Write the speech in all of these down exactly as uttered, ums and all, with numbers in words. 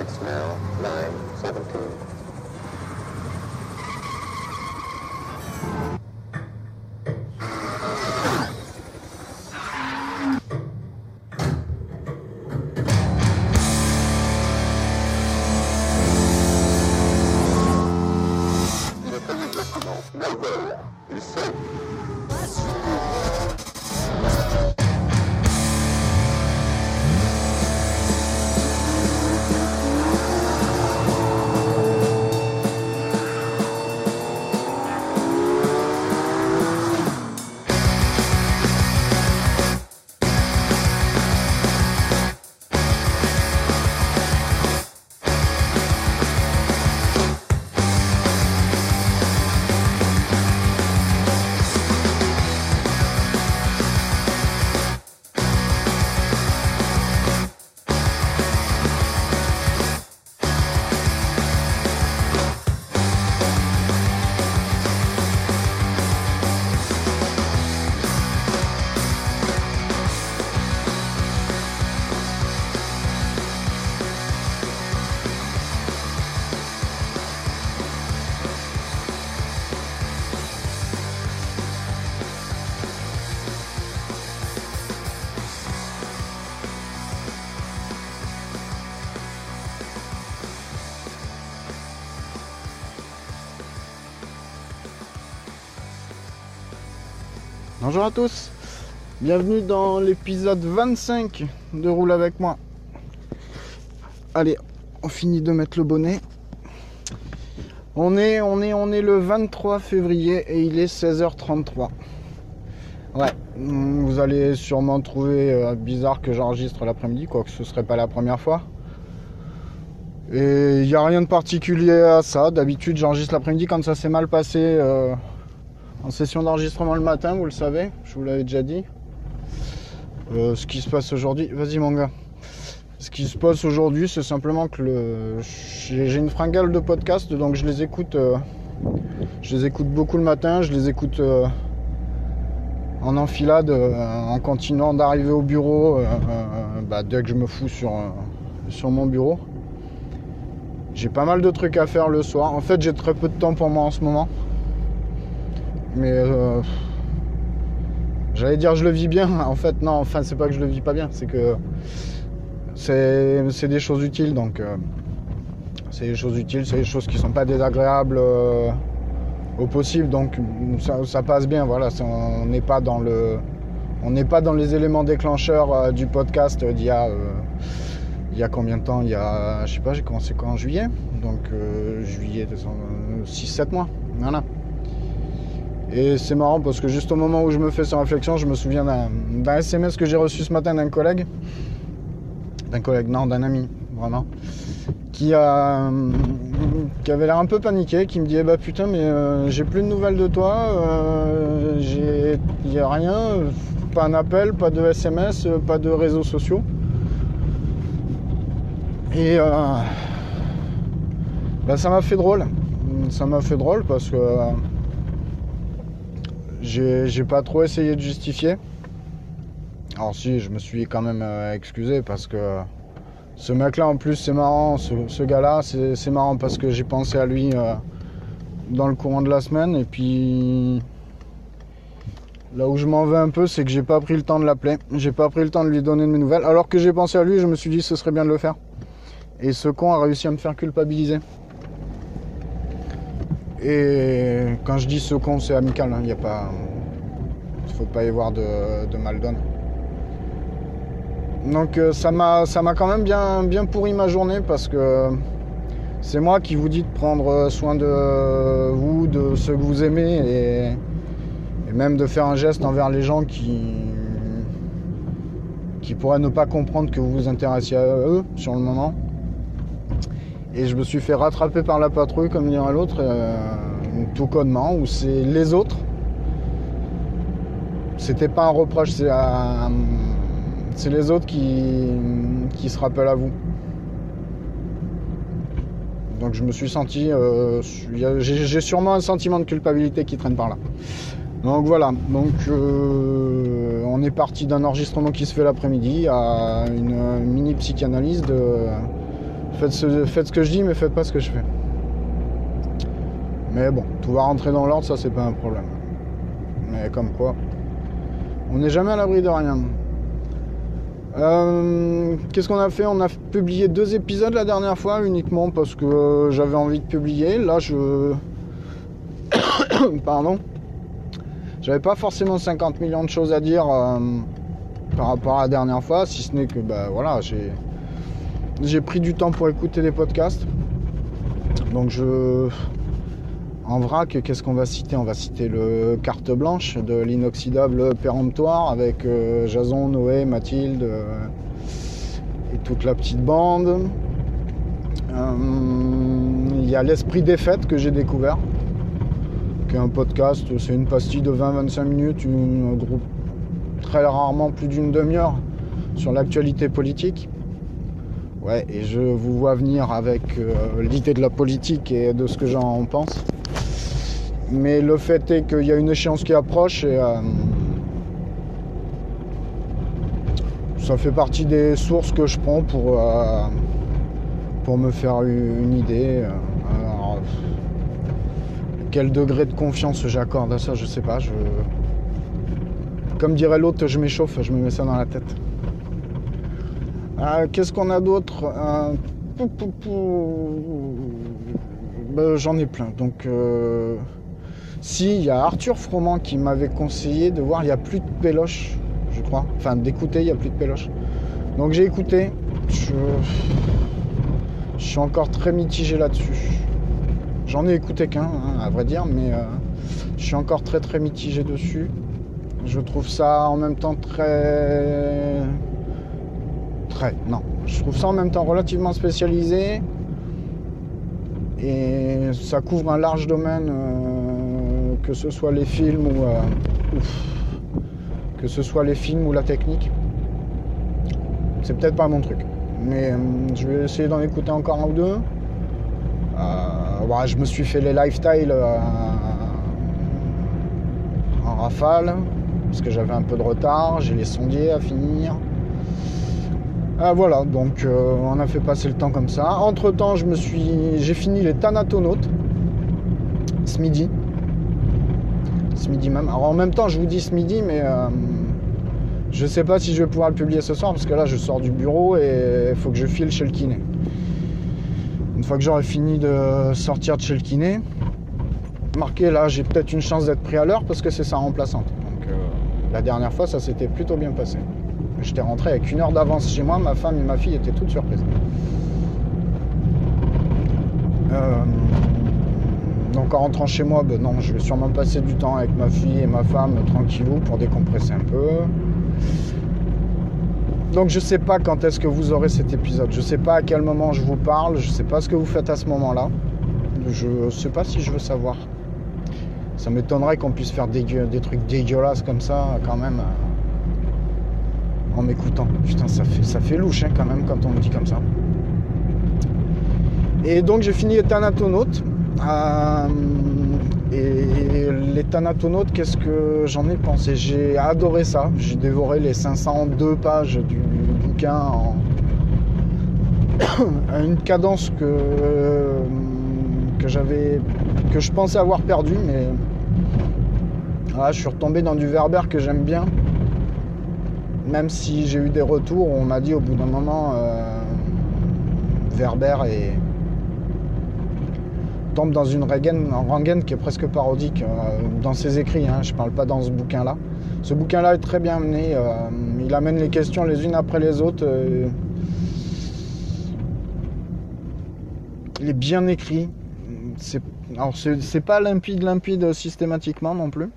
It's now nine seventeen. Bonjour à tous, bienvenue dans l'épisode vingt-cinq de Roule avec moi. Allez, on finit de mettre le bonnet. On est, on est, on est le vingt-trois février et il est seize heures trente-trois. Ouais, vous allez sûrement trouver euh, bizarre que j'enregistre l'après-midi, quoique ce serait pas la première fois. Et il n'y a rien de particulier à ça. D'habitude, j'enregistre l'après-midi quand ça s'est mal passé. Euh, En session d'enregistrement le matin, vous le savez, je vous l'avais déjà dit. Euh, ce qui se passe aujourd'hui, vas-y mon gars. Ce qui se passe aujourd'hui, c'est simplement que le... j'ai une fringale de podcasts, donc je les écoute. Euh... Je les écoute beaucoup le matin, je les écoute euh... en enfilade, euh, en continuant d'arriver au bureau, euh, euh, bah, dès que je me fous sur, euh, sur mon bureau. J'ai pas mal de trucs à faire le soir. En fait, j'ai très peu de temps pour moi en ce moment. Mais euh, j'allais dire je le vis bien, en fait non, enfin c'est pas que je le vis pas bien, c'est que c'est, c'est des choses utiles, donc euh, c'est des choses utiles, c'est des choses qui sont pas désagréables euh, au possible, donc ça, ça passe bien, voilà, c'est, on n'est pas dans le, on n'est pas dans les éléments déclencheurs euh, du podcast d'il y a, euh, il y a combien de temps, il y a, je sais pas, j'ai commencé quand, en juillet, donc euh, juillet, six sept mois, voilà. Et c'est marrant parce que juste au moment où je me fais cette réflexion, je me souviens d'un, d'un S M S que j'ai reçu ce matin d'un collègue. D'un collègue, non, d'un ami, vraiment. Qui, a, qui avait l'air un peu paniqué, qui me dit eh bah putain, mais euh, j'ai plus de nouvelles de toi, euh, j'ai, y a rien, pas un appel, pas de S M S, pas de réseaux sociaux. Et euh, bah, ça m'a fait drôle. Ça m'a fait drôle parce que. Euh, J'ai, j'ai pas trop essayé de justifier. Alors si, je me suis quand même euh, excusé parce que euh, ce mec-là, en plus, c'est marrant. Ce, ce gars-là, c'est, c'est marrant parce que j'ai pensé à lui euh, dans le courant de la semaine. Et puis, là où je m'en vais un peu, c'est que j'ai pas pris le temps de l'appeler. J'ai pas pris le temps de lui donner de mes nouvelles. Alors que j'ai pensé à lui, je me suis dit ce serait bien de le faire. Et ce con a réussi à me faire culpabiliser. Et quand je dis ce con, c'est amical, il hein, y a pas, faut pas y voir de, de mal donne. Donc euh, ça m'a, ça m'a quand même bien, bien pourri ma journée parce que c'est moi qui vous dis de prendre soin de vous, de ceux que vous aimez et, et même de faire un geste envers les gens qui, qui pourraient ne pas comprendre que vous vous intéressiez à eux sur le moment. Et je me suis fait rattraper par la patrouille, comme dirait l'autre, euh, tout connement, où c'est les autres. C'était pas un reproche, c'est, un, c'est les autres qui, qui se rappellent à vous. Donc je me suis senti... Euh, j'ai, j'ai sûrement un sentiment de culpabilité qui traîne par là. Donc voilà, donc euh, on est parti d'un enregistrement qui se fait l'après-midi à une mini psychanalyse de... Faites ce, faites ce que je dis, mais faites pas ce que je fais. Mais bon, tout va rentrer dans l'ordre, ça c'est pas un problème. Mais comme quoi, on n'est jamais à l'abri de rien. Euh, qu'est-ce qu'on a fait? On a publié deux épisodes la dernière fois, uniquement parce que euh, j'avais envie de publier. Là, je... Pardon. J'avais pas forcément cinquante millions de choses à dire euh, par rapport à la dernière fois, si ce n'est que, bah voilà, j'ai... J'ai pris du temps pour écouter des podcasts. Donc je... En vrac, qu'est-ce qu'on va citer? On va citer le Carte Blanche de l'inoxydable péremptoire avec euh, Jason, Noé, Mathilde euh, et toute la petite bande. Il euh, y a l'Esprit des Fêtes que j'ai découvert, qui est un podcast, c'est une pastille de vingt à vingt-cinq minutes, un groupe très rarement plus d'une demi-heure sur l'actualité politique. Ouais, et je vous vois venir avec euh, l'idée de la politique et de ce que j'en pense. Mais le fait est qu'il y a une échéance qui approche et euh, ça fait partie des sources que je prends pour, euh, pour me faire une idée. Alors, quel degré de confiance j'accorde à ça, je sais pas. Je... Comme dirait l'autre, je m'échauffe, je me mets ça dans la tête. Euh, qu'est-ce qu'on a d'autre? euh, pou, pou, pou... Ben, j'en ai plein. Donc, euh... si, il y a Arthur Froment qui m'avait conseillé de voir Il n'y a plus de péloche, je crois. Enfin, d'écouter Il n'y a plus de péloche. Donc, j'ai écouté. Je... je suis encore très mitigé là-dessus. J'en ai écouté qu'un, hein, à vrai dire, mais euh, je suis encore très très mitigé dessus. Je trouve ça en même temps très... Très, non. Je trouve ça en même temps relativement spécialisé. Et ça couvre un large domaine, euh, que ce soit les films ou... Euh, ouf, que ce soit les films ou la technique. C'est peut-être pas mon truc. Mais euh, je vais essayer d'en écouter encore un ou deux. Euh, ouais, je me suis fait les lifestyles euh, en rafale. Parce que j'avais un peu de retard. J'ai les sondiers à finir. Ah, voilà, donc euh, on a fait passer le temps comme ça. Entre temps, je me suis, j'ai fini les Thanatonautes ce midi. Ce midi même. Alors en même temps, je vous dis ce midi, mais euh, je sais pas si je vais pouvoir le publier ce soir parce que là, je sors du bureau et il faut que je file chez le kiné. Une fois que j'aurai fini de sortir de chez le kiné, marqué là, j'ai peut-être une chance d'être pris à l'heure parce que c'est sa remplaçante. Donc euh, la dernière fois, ça s'était plutôt bien passé. J'étais rentré avec une heure d'avance chez moi, ma femme et ma fille étaient toutes surprises. Euh, donc en rentrant chez moi, ben non, je vais sûrement passer du temps avec ma fille et ma femme tranquillou pour décompresser un peu. Donc je sais pas quand est-ce que vous aurez cet épisode, je sais pas à quel moment je vous parle, je sais pas ce que vous faites à ce moment-là. Je sais pas si je veux savoir. Ça m'étonnerait qu'on puisse faire des, des trucs dégueulasses comme ça quand même. En m'écoutant. Putain, ça fait, ça fait louche hein, quand même quand on me dit comme ça. Et donc j'ai fini les Thanatonautes. Euh, et les Thanatonautes, qu'est-ce que j'en ai pensé? J'ai adoré ça. J'ai dévoré les cinq cent deux pages du bouquin en... à une cadence que, que j'avais, que je pensais avoir perdue, mais voilà, je suis retombé dans du Werber que j'aime bien. Même si j'ai eu des retours, on m'a dit au bout d'un moment, euh, Werber est... tombe dans une rengaine, rengaine qui est presque parodique euh, dans ses écrits. Hein, je parle pas dans ce bouquin-là. Ce bouquin-là est très bien mené. Euh, il amène les questions les unes après les autres. Euh, il est bien écrit. C'est, alors c'est, c'est pas limpide, limpide systématiquement non plus.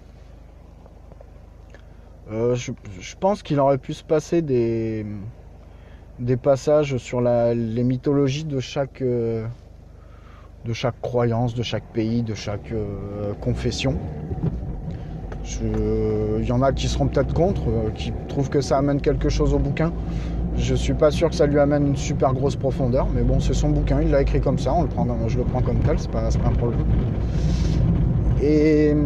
Euh, je, je pense qu'il aurait pu se passer des, des passages sur la, les mythologies de chaque, euh, de chaque croyance, de chaque pays, de chaque euh, confession. Il y en a qui seront peut-être contre, euh, qui trouvent que ça amène quelque chose au bouquin. Je suis pas sûr que ça lui amène une super grosse profondeur, mais bon, c'est son bouquin, il l'a écrit comme ça, on le prend, je le prends comme tel, c'est pas, c'est pas un problème. Et...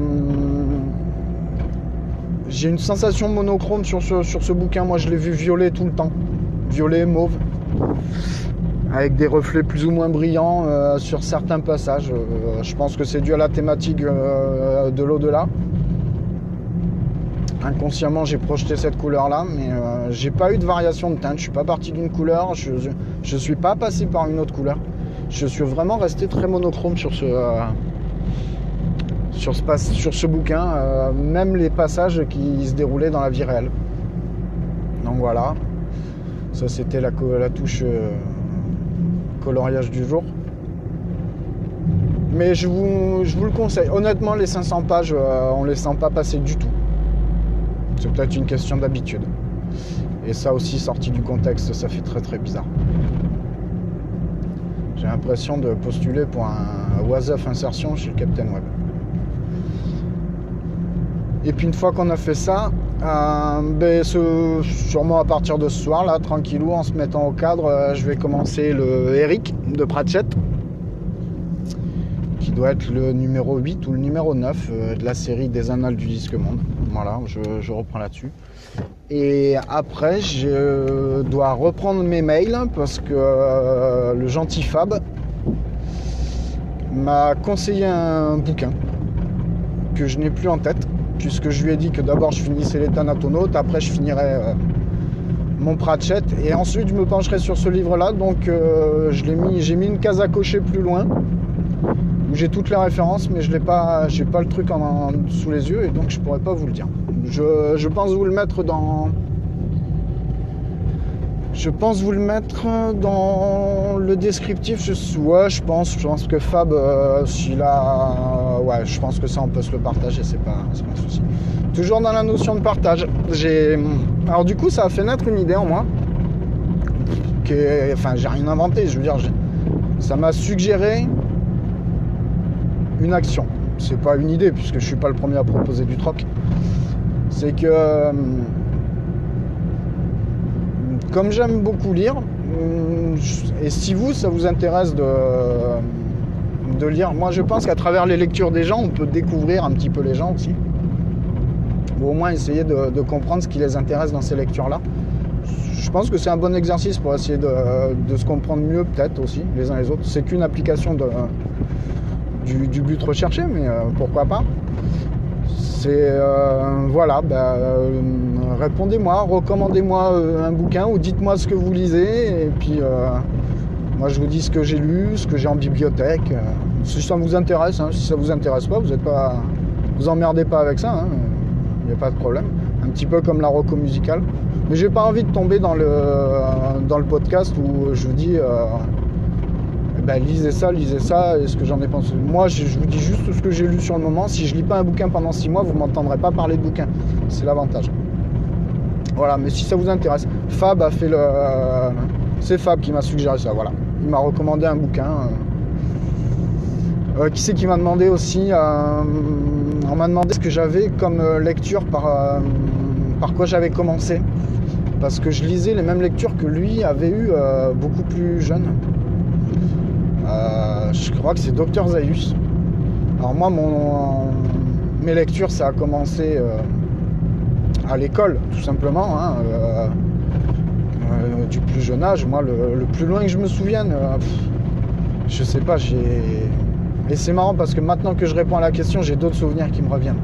j'ai une sensation monochrome sur ce, sur ce bouquin. Moi, je l'ai vu violet tout le temps. Violet, mauve. avec des reflets plus ou moins brillants euh, sur certains passages. Euh, je pense que c'est dû à la thématique euh, de l'au-delà. Inconsciemment, j'ai projeté cette couleur-là, mais euh, j'ai pas eu de variation de teinte. Je suis pas parti d'une couleur, je, je, je suis pas passé par une autre couleur. Je suis vraiment resté très monochrome sur ce, euh, sur ce, sur ce bouquin, euh, même les passages qui se déroulaient dans la vie réelle. Donc voilà, ça c'était la, la touche euh, coloriage du jour. Mais je vous, je vous le conseille. Honnêtement, les cinq cents pages, euh, on les sent pas passer du tout. C'est peut-être une question d'habitude. Et ça aussi, sorti du contexte, ça fait très très bizarre. J'ai l'impression de postuler pour un was of insertion chez le Captain Web. Et puis une fois qu'on a fait ça, euh, ben ce, sûrement à partir de ce soir, là, tranquillou, en se mettant au cadre, euh, je vais commencer le Eric de Pratchett, qui doit être le numéro huit ou le numéro neuf euh, de la série des Annales du Disque Monde. Voilà, je, je reprends là-dessus. Et après, je dois reprendre mes mails parce que euh, le gentil Fab m'a conseillé un bouquin que je n'ai plus en tête, puisque je lui ai dit que d'abord je finissais les Thanatonautes, après je finirais euh, mon Pratchett, et ensuite je me pencherai sur ce livre-là. Donc euh, je l'ai mis, j'ai mis une case à cocher plus loin, où j'ai toutes les références, mais je n'ai pas, j'ai pas le truc en, en, sous les yeux, et donc je pourrais pas vous le dire. Je, je pense vous le mettre dans... Je pense vous le mettre dans le descriptif. Je, ouais, je pense. Je pense que Fab, euh, s'il a... Ouais, je pense que ça, on peut se le partager, c'est pas, c'est pas un souci. Toujours dans la notion de partage. J'ai... Alors du coup, ça a fait naître une idée en moi. Qui est... Enfin, j'ai rien inventé, je veux dire. J'ai... Ça m'a suggéré une action. C'est pas une idée, puisque je suis pas le premier à proposer du troc. C'est que... Euh... Comme j'aime beaucoup lire, et si vous, ça vous intéresse de, de lire, moi je pense qu'à travers les lectures des gens, on peut découvrir un petit peu les gens aussi. Ou au moins essayer de, de comprendre ce qui les intéresse dans ces lectures-là. Je pense que c'est un bon exercice pour essayer de, de se comprendre mieux peut-être aussi, les uns les autres. C'est qu'une application de, du, du but recherché, mais euh, pourquoi pas. C'est euh, voilà, bah, euh, répondez-moi, recommandez-moi euh, un bouquin ou dites-moi ce que vous lisez, et puis euh, moi je vous dis ce que j'ai lu, ce que j'ai en bibliothèque. Euh, si ça vous intéresse, hein, si ça vous intéresse pas, vous êtes pas, vous emmerdez pas avec ça, il n'y a pas de problème. Un petit peu comme la reco musicale, mais j'ai pas envie de tomber dans le dans le podcast où je vous dis euh, ben, lisez ça, lisez ça, et ce que j'en ai pensé. Moi, je, je vous dis juste ce que j'ai lu sur le moment. Si je lis pas un bouquin pendant six mois, vous m'entendrez pas parler de bouquin. C'est l'avantage. Voilà, mais si ça vous intéresse, Fab a fait le... Euh, c'est Fab qui m'a suggéré ça, voilà. Il m'a recommandé un bouquin. Euh, qui c'est qui m'a demandé aussi euh, on m'a demandé ce que j'avais comme lecture, par, euh, par quoi j'avais commencé. Parce que je lisais les mêmes lectures que lui avait eu euh, beaucoup plus jeune. Euh, je crois que c'est Docteur Zaius. Alors moi, mon, mes lectures, ça a commencé euh, à l'école, tout simplement. Hein, euh, euh, du plus jeune âge, moi, le, le plus loin que je me souvienne, euh, pff, je sais pas, j'ai... Et c'est marrant parce que maintenant que je réponds à la question, j'ai d'autres souvenirs qui me reviennent.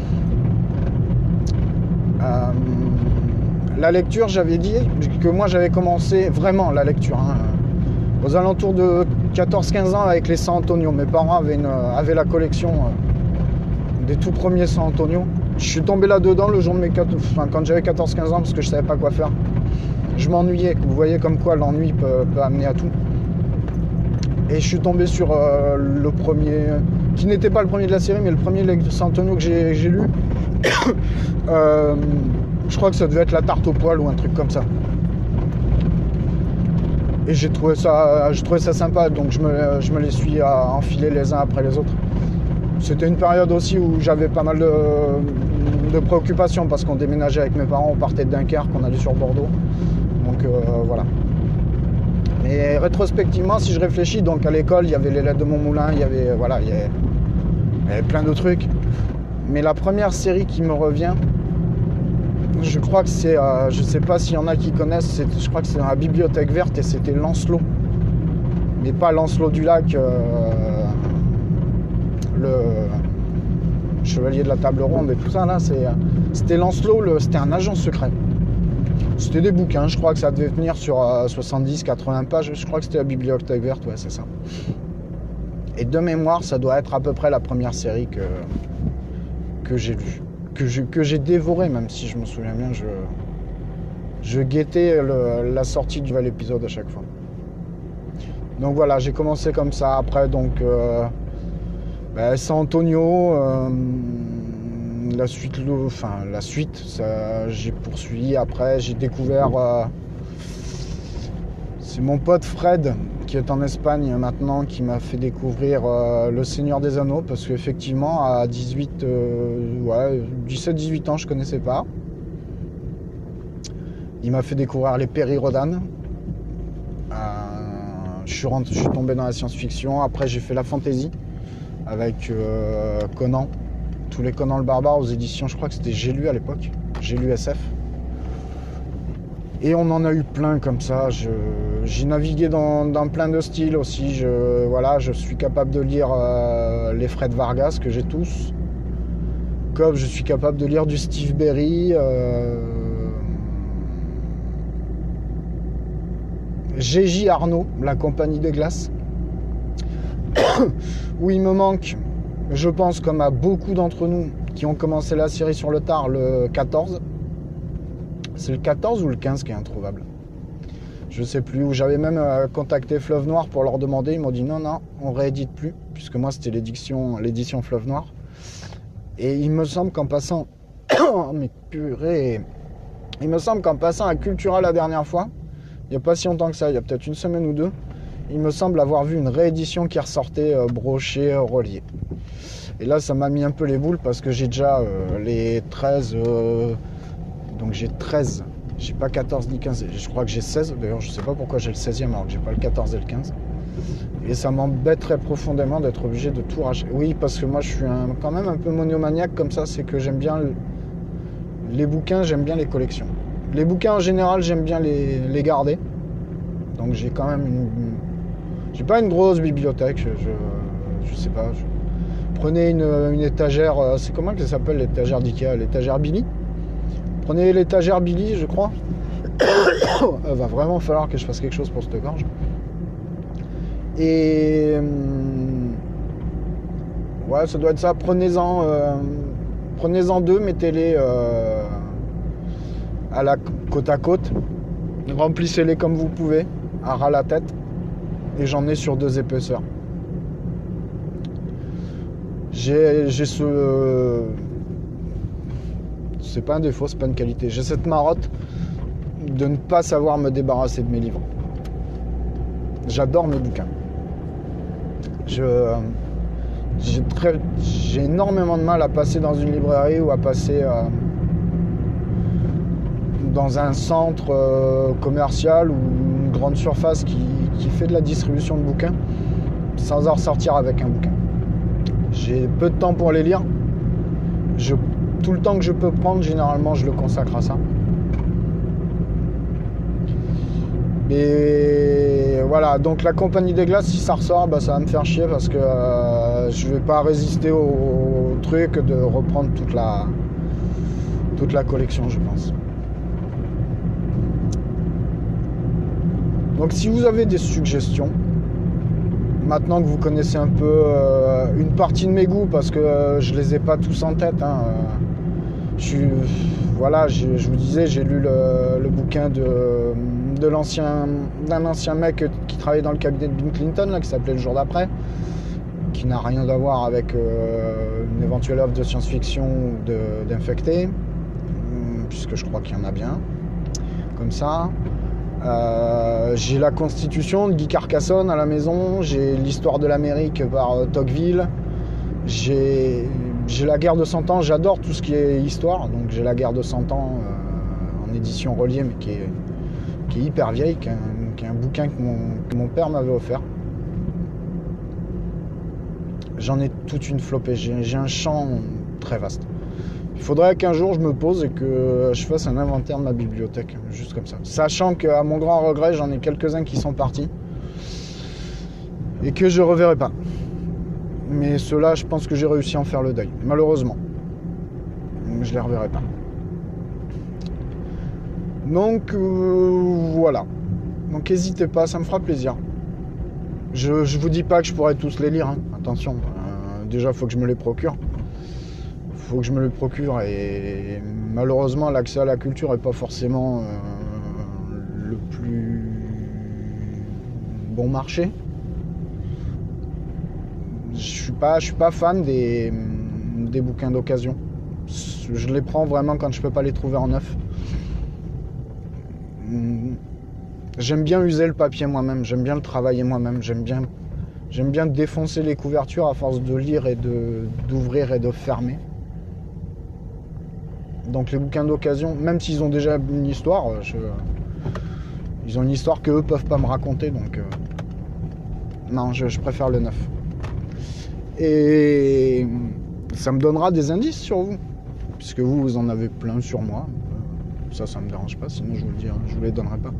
Euh, la lecture, j'avais dit que moi, j'avais commencé vraiment la lecture, hein, aux alentours de quatorze quinze ans avec les San Antonio. Mes parents avaient, une, avaient la collection euh, des tout premiers San Antonio. Je suis tombé là-dedans le jour de mes quatorze, enfin, quand j'avais quatorze quinze ans parce que je savais pas quoi faire. Je m'ennuyais. Vous voyez comme quoi l'ennui peut, peut amener à tout. Et je suis tombé sur euh, le premier, qui n'était pas le premier de la série, mais le premier San Antonio que j'ai, j'ai lu. euh, je crois que ça devait être La Tarte aux poils ou un truc comme ça. Et j'ai trouvé ça, j'ai trouvé ça sympa, donc je me, je me les suis enfilés les uns après les autres. C'était une période aussi où j'avais pas mal de, de préoccupations parce qu'on déménageait avec mes parents, on partait de Dunkerque, on allait sur Bordeaux. Donc euh, voilà. Mais rétrospectivement, si je réfléchis, donc à l'école, il y avait les lettres de Montmoulin, il y avait, voilà, il y avait, il y avait plein de trucs. Mais la première série qui me revient, je crois que c'est, euh, je sais pas s'il y en a qui connaissent, c'est, je crois que c'est dans la Bibliothèque Verte et c'était Lancelot. mais pas Lancelot du Lac, euh, le chevalier de la table ronde et tout ça. Là, c'est, c'était Lancelot, le, c'était un agent secret. C'était des bouquins, je crois que ça devait tenir sur euh, soixante-dix quatre-vingts pages. Je crois que c'était la Bibliothèque Verte, ouais, c'est ça. Et de mémoire, ça doit être à peu près la première série que, que j'ai lue. Que, je, que j'ai dévoré, même si je me souviens bien, je, je guettais le, la sortie du nouvel épisode à chaque fois. Donc voilà, j'ai commencé comme ça. Après, donc, euh, ben, San Antonio, euh, la suite, enfin, la suite ça, j'ai poursuivi. Après, j'ai découvert... Euh, c'est mon pote Fred, qui est en Espagne maintenant, qui m'a fait découvrir euh, Le Seigneur des Anneaux, parce qu'effectivement, à dix-huit, euh, ouais, dix-sept dix-huit ans, je connaissais pas. Il m'a fait découvrir les Perry Rhodan. Euh, je, suis rentré, je suis tombé dans la science-fiction. Après, j'ai fait la fantasy avec euh, Conan. Tous les Conan le Barbare aux éditions, je crois que c'était J'ai lu à l'époque. J'ai lu S F. Et on en a eu plein comme ça. Je, j'ai navigué dans, dans plein de styles aussi. Je, voilà, je suis capable de lire euh, les Fred Vargas, que j'ai tous. Comme je suis capable de lire du Steve Berry. Euh, G J Arnaud, La Compagnie des Glaces. Où il me manque, je pense, comme à beaucoup d'entre nous qui ont commencé la série sur le tard, le quatorze. C'est le quatorze ou le quinze qui est introuvable. Je sais plus. Où j'avais même euh, contacté Fleuve Noir pour leur demander. Ils m'ont dit non, non, on réédite plus. Puisque moi, c'était l'édition, l'édition Fleuve Noir. Et il me semble qu'en passant... oh, mais purée. Il me semble qu'en passant à Cultura la dernière fois, il n'y a pas si longtemps que ça, il y a peut-être une semaine ou deux, il me semble avoir vu une réédition qui ressortait euh, brochée, euh, reliée. Et là, ça m'a mis un peu les boules parce que j'ai déjà euh, les treize... Euh, donc j'ai treize, j'ai pas quatorze ni quinze, je crois que j'ai seize, d'ailleurs je sais pas pourquoi j'ai le seizième alors que j'ai pas le quatorze et le quinze. Et ça m'embête très profondément d'être obligé de tout racheter. Oui, parce que moi je suis un, quand même un peu monomaniaque comme ça, c'est que j'aime bien le, les bouquins, j'aime bien les collections. Les bouquins en général, j'aime bien les, les garder. Donc j'ai quand même une... J'ai pas une grosse bibliothèque, je, je, je sais pas. Je, prenez une, une étagère, c'est comment que ça s'appelle l'étagère d'Ikea, l'étagère Billy. Prenez l'étagère Billy, je crois. Il va vraiment falloir que je fasse quelque chose pour cette gorge. Et... Hum, ouais, ça doit être ça. Prenez-en euh, prenez-en deux, mettez-les euh, à la côte à côte. Remplissez-les comme vous pouvez, à ras la tête. Et j'en ai sur deux épaisseurs. J'ai, j'ai ce... Euh, c'est pas un défaut, c'est pas une qualité. J'ai cette marotte de ne pas savoir me débarrasser de mes livres. J'adore mes bouquins. Je, j'ai, très, j'ai énormément de mal à passer dans une librairie ou à passer euh, dans un centre euh, commercial ou une grande surface qui, qui fait de la distribution de bouquins sans en ressortir avec un bouquin. J'ai peu de temps pour les lire. Je Tout le temps que je peux prendre, généralement, je le consacre à ça. Et voilà, donc la Compagnie des Glaces, si ça ressort, bah, ça va me faire chier parce que euh, je vais pas résister au, au truc de reprendre toute la, toute la collection, je pense. Donc si vous avez des suggestions, maintenant que vous connaissez un peu euh, une partie de mes goûts, parce que euh, je les ai pas tous en tête, hein, euh, je suis, voilà, je, je vous disais, j'ai lu le, le bouquin de, de l'ancien, d'un ancien mec qui travaillait dans le cabinet de Bill Clinton, là, qui s'appelait Le Jour d'après, qui n'a rien à voir avec euh, une éventuelle œuvre de science-fiction de, d'Infecté, puisque je crois qu'il y en a bien, comme ça. Euh, j'ai la Constitution de Guy Carcassonne à la maison, j'ai l'Histoire de l'Amérique par euh, Tocqueville, j'ai, j'ai la guerre de cent ans, j'adore tout ce qui est histoire, donc j'ai la guerre de cent ans euh, en édition reliée, mais qui est, qui est hyper vieille, qui est, un, qui est un bouquin que mon, que mon père m'avait offert. J'en ai toute une flopée, j'ai, j'ai un champ très vaste. Il faudrait qu'un jour je me pose et que je fasse un inventaire de ma bibliothèque, juste comme ça. Sachant qu'à mon grand regret, j'en ai quelques-uns qui sont partis. et que je reverrai pas. Mais ceux-là, je pense que j'ai réussi à en faire le deuil, malheureusement. Je les reverrai pas. Donc euh, voilà. Donc n'hésitez pas, ça me fera plaisir. Je, je vous dis pas que je pourrais tous les lire, hein. Attention. Euh, déjà, il faut que je me les procure. Faut que je me les procure et malheureusement, l'accès à la culture est pas forcément euh, le plus bon marché. Je suis pas, je suis pas fan des, des bouquins d'occasion. Je les prends vraiment quand je peux pas les trouver en neuf. J'aime bien user le papier moi-même, j'aime bien le travailler moi-même, j'aime bien, j'aime bien défoncer les couvertures à force de lire et de, d'ouvrir et de fermer. Donc les bouquins d'occasion, même s'ils ont déjà une histoire, je, ils ont une histoire qu'eux peuvent pas me raconter, donc euh, non, je, je préfère le neuf. Et ça me donnera des indices sur vous, puisque vous, vous en avez plein sur moi. Ça, ça me dérange pas, sinon je vous le dirai, je vous les donnerai pas.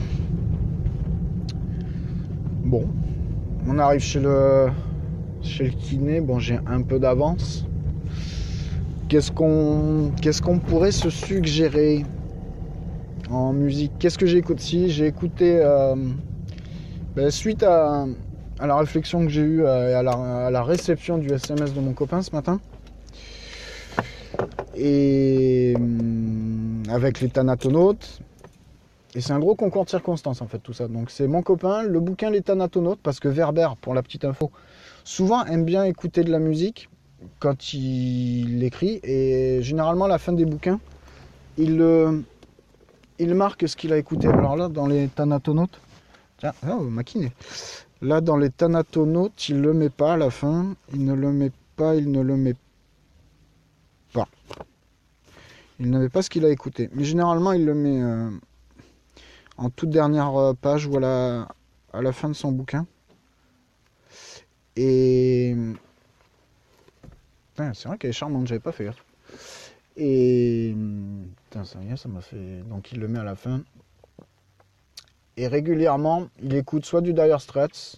Bon, on arrive chez le, chez le kiné. Bon, j'ai un peu d'avance. Qu'est-ce qu'on, qu'est-ce qu'on pourrait se suggérer en musique? Qu'est-ce que j'ai écouté? Si, j'ai écouté euh, ben, suite à, à la réflexion que j'ai eue et à la, à la réception du S M S de mon copain ce matin. Et avec les Thanatonautes. Et c'est un gros concours de circonstances en fait tout ça. Donc c'est mon copain, le bouquin Les Thanatonautes, parce que Werber, pour la petite info, souvent aime bien écouter de la musique quand il écrit. Et généralement à la fin des bouquins, il, euh, il marque ce qu'il a écouté. Alors là, dans les Thanatonautes, tiens, oh, maquiné. Là, dans les Thanatonautes, il ne le met pas à la fin. Il ne le met pas, il ne le met pas. Il ne met pas ce qu'il a écouté. Mais généralement, il le met... Euh, en toute dernière page ou à la, à la fin de son bouquin. Et putain, c'est vrai qu'elle est charmante, j'avais pas fait gaffe. Et putain, ça y est, ça m'a fait. Donc il le met à la fin. Et régulièrement, il écoute soit du Dire Straits,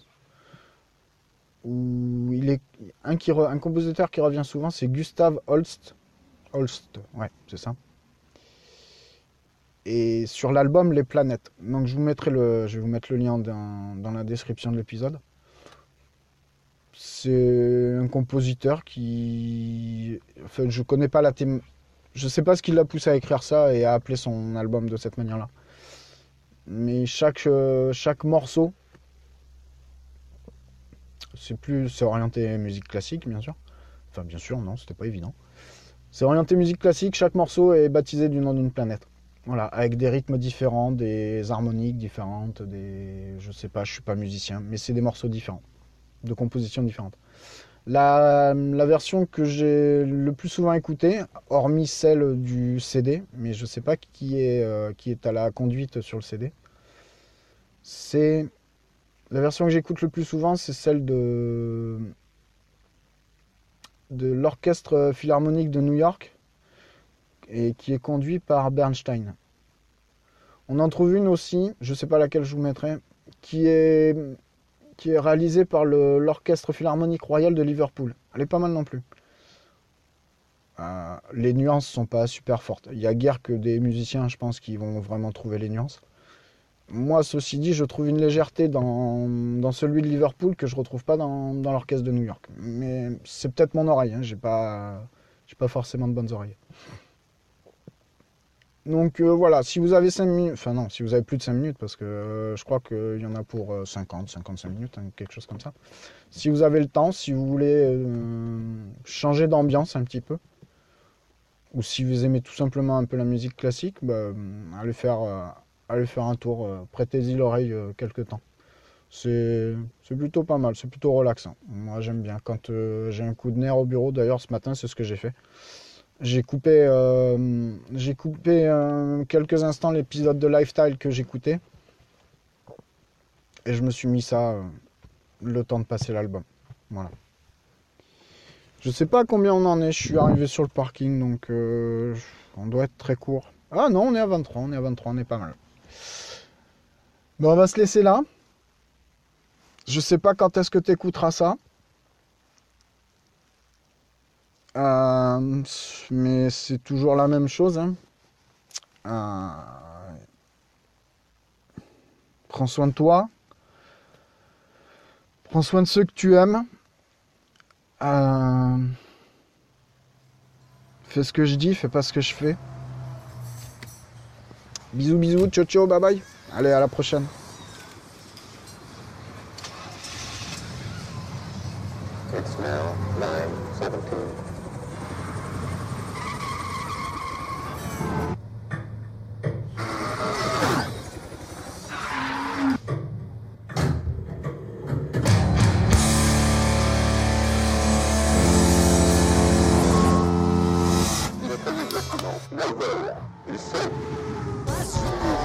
ou il est un, qui re... un compositeur qui revient souvent, c'est Gustav Holst. Holst, ouais, c'est ça. Et sur l'album Les Planètes. Donc je vous mettrai le, je vais vous mettre le lien dans, dans la description de l'épisode. C'est un compositeur qui, enfin, je connais pas la thème, je sais pas ce qui l'a poussé à écrire ça et à appeler son album de cette manière-là. Mais chaque euh, chaque morceau, c'est plus, c'est orienté musique classique bien sûr. Enfin bien sûr, non, c'était pas évident. C'est orienté musique classique. Chaque morceau est baptisé du nom d'une planète. Voilà, avec des rythmes différents, des harmoniques différentes, des... Je sais pas, je suis pas musicien, mais c'est des morceaux différents, de compositions différentes. La, la version que j'ai le plus souvent écoutée, hormis celle du C D, mais je sais pas qui est, euh, qui est à la conduite sur le C D, c'est... La version que j'écoute le plus souvent, c'est celle de... de l'Orchestre Philharmonique de New York, et qui est conduit par Bernstein. On en trouve une aussi, je ne sais pas laquelle je vous mettrai, qui est, qui est réalisée par le, l'Orchestre Philharmonique Royal de Liverpool. Elle est pas mal non plus. Euh, les nuances sont pas super fortes. Il y a guère que des musiciens, je pense, qui vont vraiment trouver les nuances. Moi, ceci dit, je trouve une légèreté dans, dans celui de Liverpool que je ne retrouve pas dans, dans l'Orchestre de New York. Mais c'est peut-être mon oreille, hein, j'ai pas, j'ai pas forcément de bonnes oreilles. Donc euh, voilà, si vous avez cinq minutes, enfin non, si vous avez plus de cinq minutes, parce que euh, je crois qu'il y en a pour euh, cinquante, cinquante-cinq minutes, hein, quelque chose comme ça. Si vous avez le temps, si vous voulez euh, changer d'ambiance un petit peu, ou si vous aimez tout simplement un peu la musique classique, bah, allez, faire, euh, allez faire un tour, euh, prêtez-y l'oreille euh, quelques temps. C'est, c'est plutôt pas mal, c'est plutôt relaxant. Moi j'aime bien, quand euh, j'ai un coup de nerf au bureau, d'ailleurs ce matin c'est ce que j'ai fait. J'ai coupé, euh, j'ai coupé euh, quelques instants l'épisode de Lifestyle que j'écoutais. Et je me suis mis ça euh, le temps de passer l'album. Voilà. Je sais pas combien on en est. Je suis arrivé sur le parking, donc euh, on doit être très court. Ah non, on est à vingt-trois, on est à vingt-trois, on est pas mal. Bon, on va se laisser là. Je sais pas quand est-ce que tu écouteras ça. Euh, mais c'est toujours la même chose. Hein. Euh, prends soin de toi. Prends soin de ceux que tu aimes. Euh, fais ce que je dis, fais pas ce que je fais. Bisous, bisous, ciao, ciao, bye bye. Allez, à la prochaine. It's now nine seventeen. No, no, no, no. It's safe.